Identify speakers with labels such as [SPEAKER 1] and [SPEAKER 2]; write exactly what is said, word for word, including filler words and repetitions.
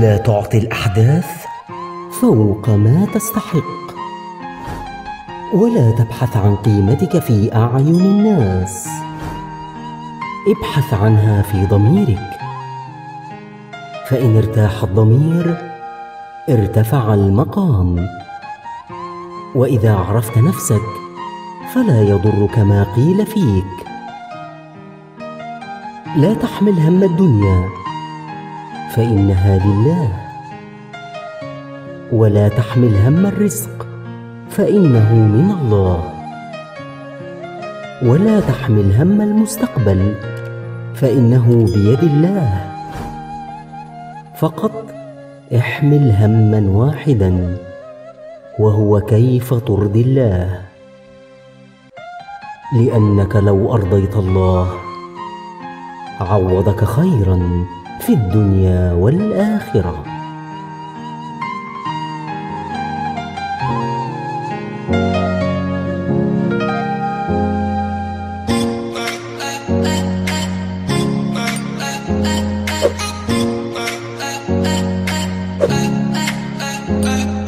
[SPEAKER 1] لا تعطي الأحداث فوق ما تستحق، ولا تبحث عن قيمتك في أعين الناس، ابحث عنها في ضميرك، فإن ارتاح الضمير ارتفع المقام. وإذا عرفت نفسك فلا يضرك ما قيل فيك. لا تحمل هم الدنيا فإنها لله، ولا تحمل هم الرزق فإنه من الله، ولا تحمل هم المستقبل فإنه بيد الله. فقط احمل هما واحدا، وهو كيف ترضي الله، لأنك لو أرضيت الله عوضك خيرا في الدنيا والآخرة.
[SPEAKER 2] Uh, uh, uh, uh.